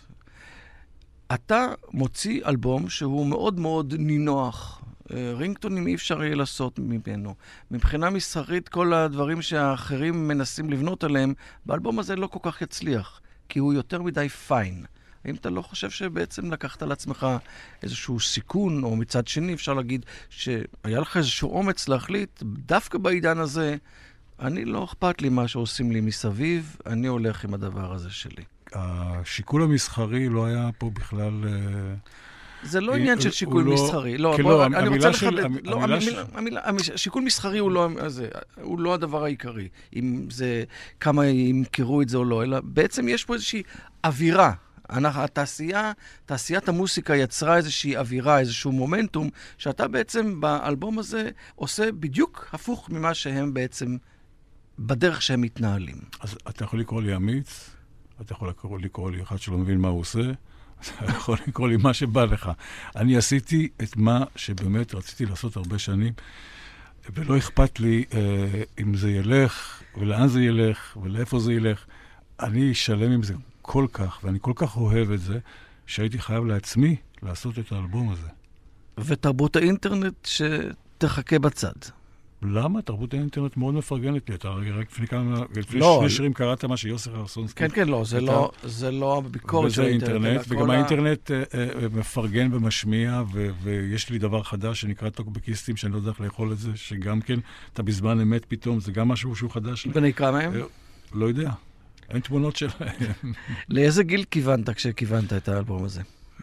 S5: אתה מוציא אלבום שהוא מאוד מאוד נינוח. רינגטונים אי אפשר יהיה לעשות ממנו. מבחינה מסחרית, כל הדברים שהאחרים מנסים לבנות עליהם, באלבום הזה לא כל כך יצליח, כי הוא יותר מדי פיין. האם אתה לא חושב שבעצם לקחת על עצמך איזשהו סיכון, או מצד שני אפשר להגיד שהיה לך איזשהו אומץ להחליט, דווקא בעידן הזה, אני לא אכפת לי מה שעושים לי מסביב, אני הולך עם הדבר הזה שלי.
S6: השיקול המסחרי לא היה פה בכלל...
S5: זה לא עניין של שיקול מסחרי. לא, אני רוצה לחדד. שיקול מסחרי הוא לא הדבר העיקרי, אם זה כמה ימכרו את זה או לא, אלא בעצם יש פה איזושהי אווירה. התעשייה, תעשיית המוסיקה יצרה איזושהי אווירה, איזשהו מומנטום, שאתה בעצם באלבום הזה עושה בדיוק הפוך ממה שהם בעצם, בדרך שהם מתנהלים.
S6: אז אתה יכול לקרוא לי אמיץ, אתה יכול לקרוא, לקרוא לי אחד שלא מבין מה הוא עושה, אתה יכול לקרוא לי מה שבא לך. אני עשיתי את מה שבאמת רציתי לעשות הרבה שנים, ולא אכפת לי אה, אם זה ילך, ולאן זה ילך, ולאיפה זה ילך. אני אשלם עם זה כל כך, ואני כל כך אוהב את זה, שהייתי חייב לעצמי לעשות את האלבום הזה.
S5: ותרבות האינטרנט שתחכה בצד.
S6: למה? תרבות האינטרנט מאוד מפרגנת לי. אתה רק לפני כמה, לפני לא, שני שירים קראת מה שיוסי חרסונסקי.
S5: כן, כן, לא, זה אתה... לא, זה לא הביקורת של האינטרנט.
S6: וגם האינטרנט ה... מפרגן ומשמיע, ו... ויש לי דבר חדש שנקרא טוקבקיסטים, שאני לא יודע איך לאכול את זה, שגם כן, אתה בזמן אמת פתאום, זה גם משהו שהוא חדש.
S5: ונקרא מהם?
S6: לא יודע. אין תמונות שלהם.
S5: לאיזה גיל כיוונת כשכיוונת את האלבום הזה?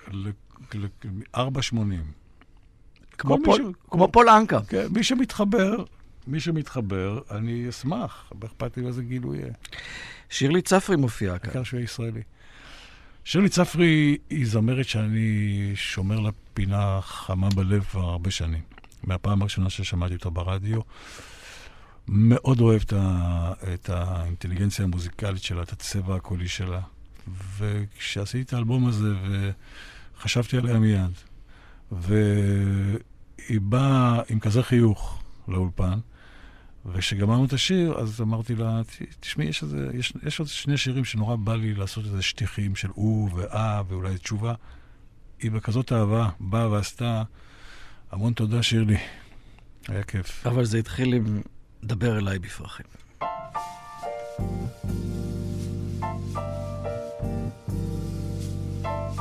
S6: ארבע שמונים.
S5: כמו פול, כמו פול אנקה.
S6: כן, מי שמתחבר, מי שמתחבר, אני אשמח. באכפת לי איזה גיל הוא יהיה.
S5: שירלי צפרי מופיעה כאן.
S6: בעיקר שהוא יהיה ישראלי. שירלי צפרי היא זמרת שאני שומר לה פינה חמה בלב כבר הרבה שנים. מהפעם הראשונה ששמעתי אותה ברדיו. מאוד אוהב את, ה, את האינטליגנציה המוזיקלית שלה, את הצבע הקולי שלה. וכשעשיתי את האלבום הזה וחשבתי עליה מיד, והיא באה עם כזה חיוך לאולפן, וכשגמרנו את השיר, אז אמרתי לה, תשמעי, יש, איזה, יש, יש עוד שני שירים שנורא בא לי לעשות איזה שטיחים של או ואה ואולי תשובה. היא בכזאת אהבה, באה ועשתה. המון תודה שירלי. היה כיף.
S5: אבל זה התחיל עם דבר אליי בפרחים.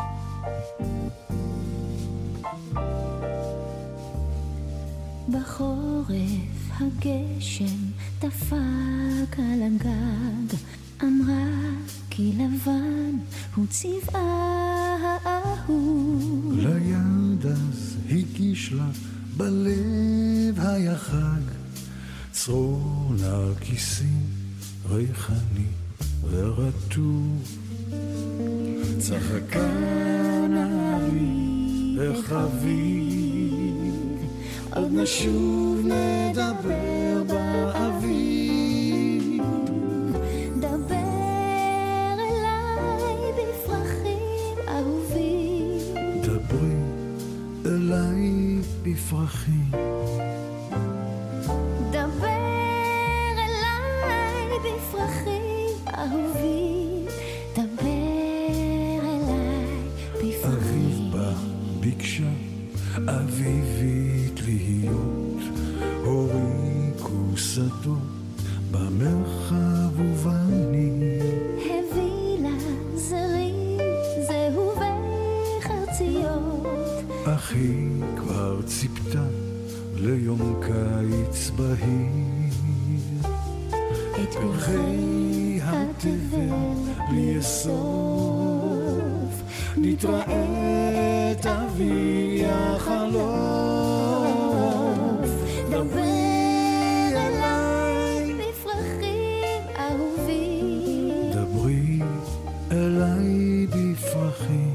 S7: בחור בחורף הגשם דפק על הגג, אמרה כי לבן הוא צבעה האהוב.
S4: ליד אז הגיש לה בלב היה חג, צרור נרקיסים ריחני ורטוב. צחקה נערי וחביב, עוד נשוב נדבר באביב.
S7: דבר אליי בפרחים אהובים,
S4: דברי אליי בפרחים.
S7: דבר אליי בפרחים אהובים, דבר אליי בפרחים.
S4: אביב בא ביקשה אביבית להיות, הוריקו שדות במרחב ובני.
S7: הביא לה זרים זהובי חרציות,
S4: אחי כבר ציפתה ליום קיץ בהיר,
S7: את
S4: פרחי התבל בלי סוף. נתראה תביא החלוף.
S7: דבר אליי בפרחים אהובים,
S4: דברי אליי בפרחים.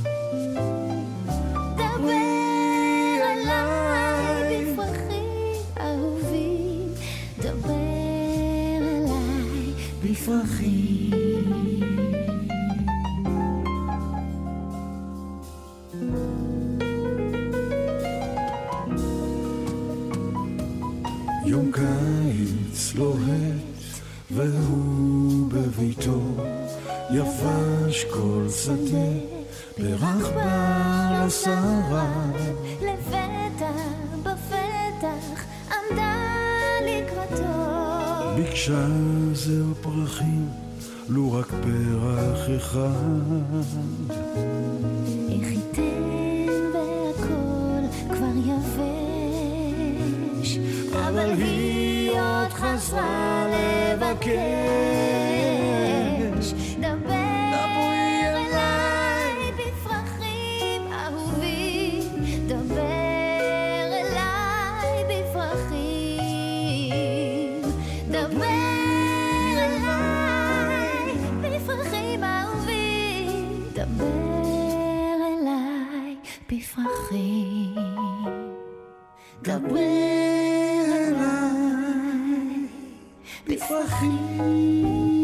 S7: דבר אליי בפרחים אהובים, דבר אליי בפרחים.
S4: יום קיץ לוהט והוא בביתו, יבש כל שדה פרח בר לשרה.
S7: לפתע בפתח עמדה לקראתו,
S4: ביקשה זר פרחים לו רק פרח אחד.
S7: איך ייתן והכל כבר יבש, אבל היא עוד חזרה לבקש. דבר אליי בפרחים אהובים, דבר אליי בפרחים, דבר אליי בפרחים אהובים, דבר אליי בפרחים, דבר אליי בפרחים.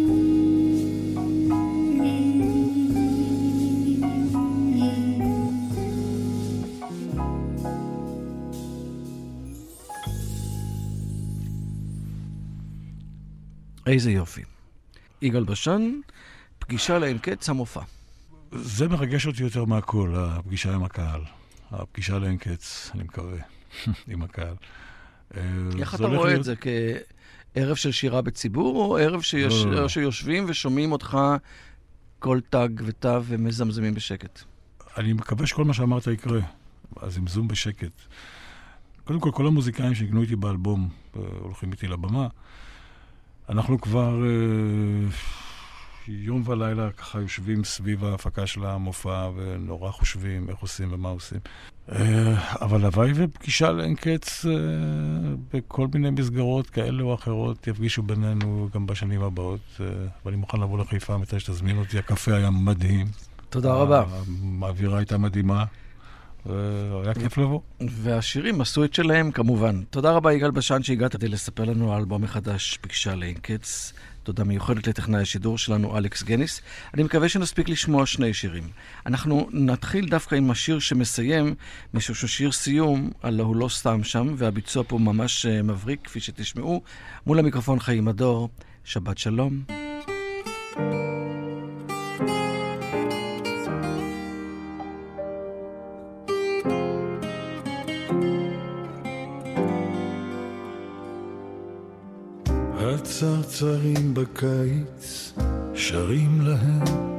S5: איזה יופי. יגאל בשן, פגישה לאין קץ, המופע.
S6: זה מרגש אותי יותר מהכל, הפגישה עם הקהל. הפגישה לאין קץ, אני מקווה, עם הקהל.
S5: איך אתה רואה את זה? כערב של שירה בציבור, או ערב שיש... לא, לא. שיושבים ושומעים אותך כל תג ותו ומזמזמים בשקט?
S6: אני מקווה שכל מה שאמרת יקרה. אז עם זום בשקט. קודם כל, כל המוזיקאים שהגנו איתי באלבום, הולכים איתי לבמה, אנחנו כבר אה, יום ולילה ככה יושבים סביב ההפקה של המופע, ונורא חושבים איך עושים ומה עושים. אה, אבל הוואי ופגישה לאין קץ אה, בכל מיני מסגרות כאלה או אחרות יפגישו בינינו גם בשנים הבאות. אה, ואני מוכן לבוא לחיפה מתי שתזמין אותי. הקפה היה מדהים.
S5: תודה רבה.
S6: האווירה הייתה מדהימה. היה כיף לבוא.
S5: והשירים עשו את שלהם כמובן. תודה רבה יגאל בשן שהגעת כדי לספר לנו על אלבום מחדש, פגישה לאין קץ. תודה מיוחדת לטכנאי השידור שלנו אלכס גניס. אני מקווה שנספיק לשמוע שני שירים. אנחנו נתחיל דווקא עם השיר שמסיים, משהו ששיר סיום, על הוא לא סתם שם, והביצוע פה ממש מבריק כפי שתשמעו. מול המיקרופון חיים הדור, שבת שלום.
S4: הצרצרים בקיץ שרים להם,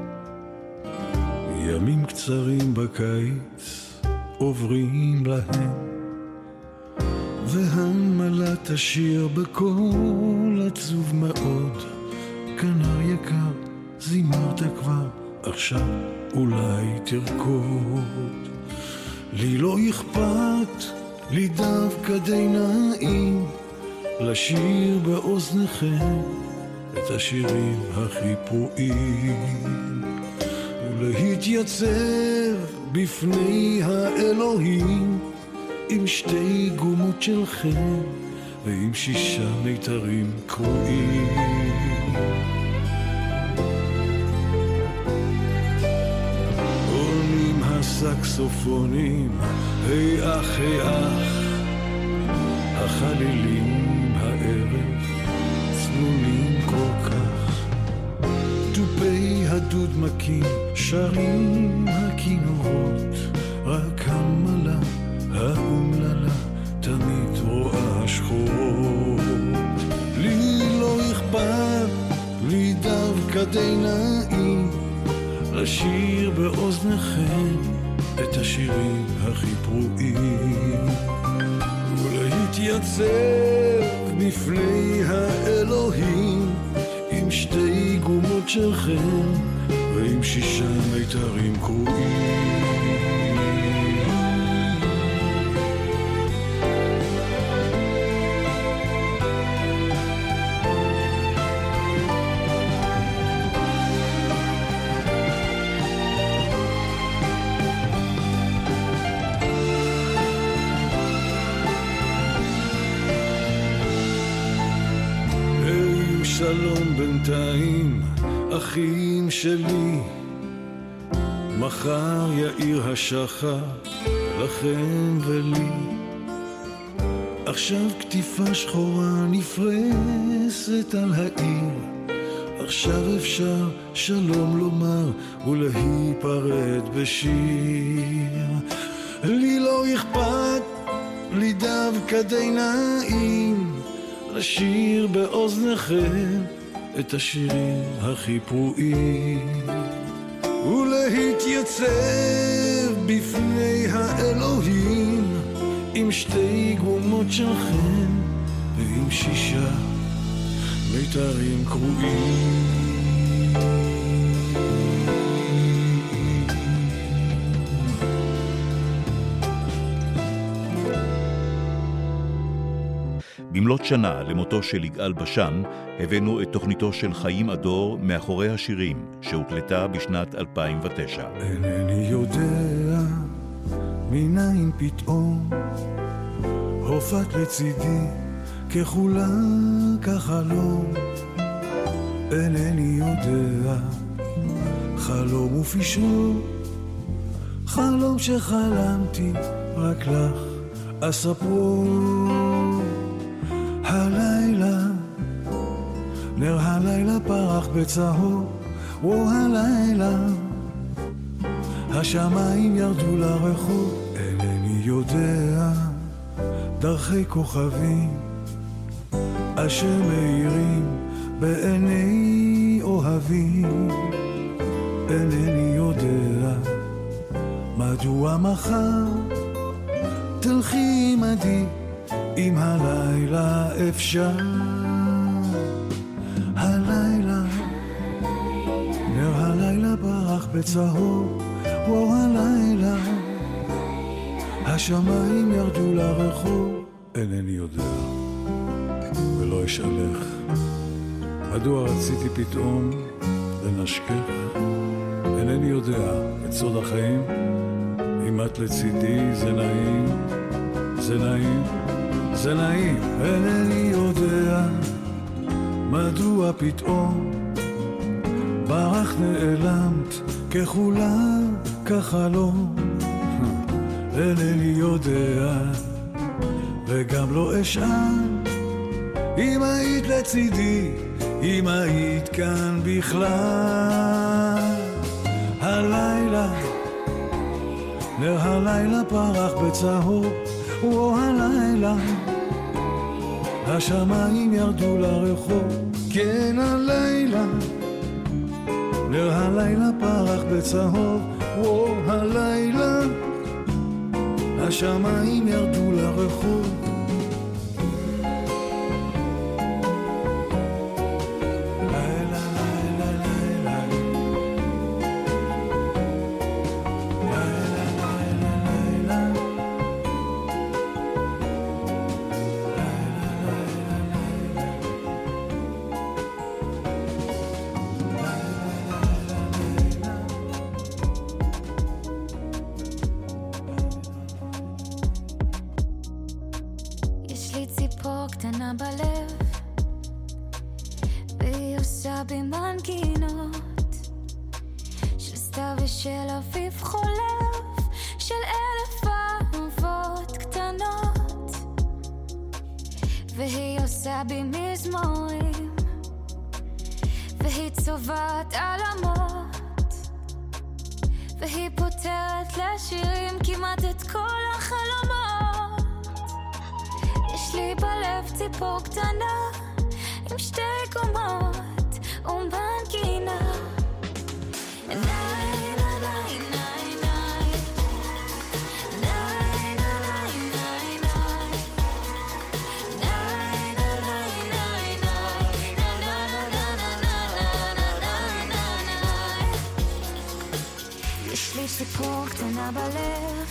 S4: ימים קצרים בקיץ עוברים להם, והנמלה תשיר בקול עצוב מאוד, כנר יקר, זימרת כבר, עכשיו אולי תרקוד. לי לא אכפת, לי דווקא די נעים, לשיר באוזניכם את השירים הכי פרועים, ולהתייצב בפני האלוהים עם שתי גומות שלכם ועם שישה מיתרים קרועים. עונים הסקסופונים, היי אח, היי אח, החלילים הערב צנונים כל כך, דובי הדוד מקים שרים הכינורות, רק המלה האומללה תמיד רואה שחורות. לי לא אכפת, לי דווקא די נעים, לשיר באוזניכם את השירים הכי פרועים, ולהתייצב בפני האלוהים עם שתי גומות שלכם ועם שישה מיתרים קרועים. שלום בינתיים, אחים שלי, מחר יאיר השחר לכם ולי. עכשיו כתיפה שחורה נפרסת על העיר, עכשיו אפשר שלום לומר ולהיפרד בשיר. לי לא אכפת, לי דווקא די נעים, לשיר באוזניכם את השירים הכי פרועים, ולהתייצב בפני האלוהים עם שתי גומות שלכם ועם שישה מיתרים קרועים.
S3: במלאת שנה למותו של יגאל בשן, הבאנו את תוכניתו של חיים אדור מאחורי השירים, שהוקלטה בשנת אלפיים ותשע.
S4: אינני יודע מניין פתאום הופעת לצידי ככולה כחלום. אינני יודע, חלום ופשרו, חלום שחלמתי רק לך אספרו. הלילה, נר הלילה פרח בצהוב, והלילה השמיים ירדו לרחוב. אינני יודע, דרכי כוכבים אשר מאירים בעיני אוהבים. אינני יודע, מדוע מחר תלכי עמדי, אם הלילה אפשר. הלילה, נר הלילה פרח בצהוב, והלילה השמיים ירדו לרחוב. אינני יודע ולא אשאלך, מדוע רציתי פתאום לנשכך. אינני יודע את סוד החיים, אם את לצידי זה נעים, זה נעים, זה נעים. אינני יודע מדוע פתאום ברח נעלמת ככולה כחלום. אינני יודע וגם לא אשאל, אם היית לצידי, אם היית כאן בכלל. הלילה, נר הלילה פרח בצהוב, והלילה השמיים ירדו לרחוב. כן הלילה, נר הלילה פרח בצהוב, והלילה השמיים ירדו לרחוב.
S8: לי ציפור קטנה בלב, והיא עושה בי מנגינות של סתיו ושל אביב חולף, של אלף אהבות קטנות, והיא עושה בי מזמורים, והיא צובעת עלמות, והיא פותרת לשירים כמעט את כל החלומות. יש לי בלב ציפור קטנה עם שתי קומות ומנגינה. ניי ניי ניי ניי ניי ניי ניי ניי ציפור קטנה בלב,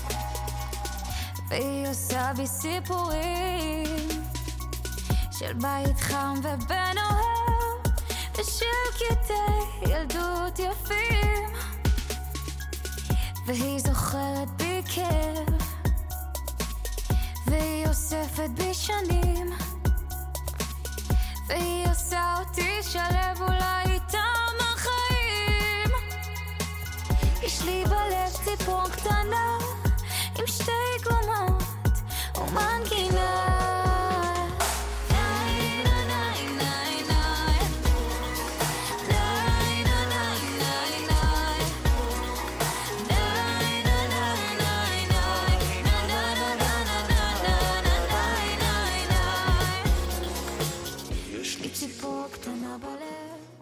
S8: והיא עושה בי סיפורים של בית חם ובן אוהב, ושל קטעי ילדות יפים, והיא זוכרת בי כאב, והיא אוספת בי שנים, והיא עושה אותי שלב אולי איתם החיים. יש לי בלב ציפור קטנה עם שתי קומות ומנגינה.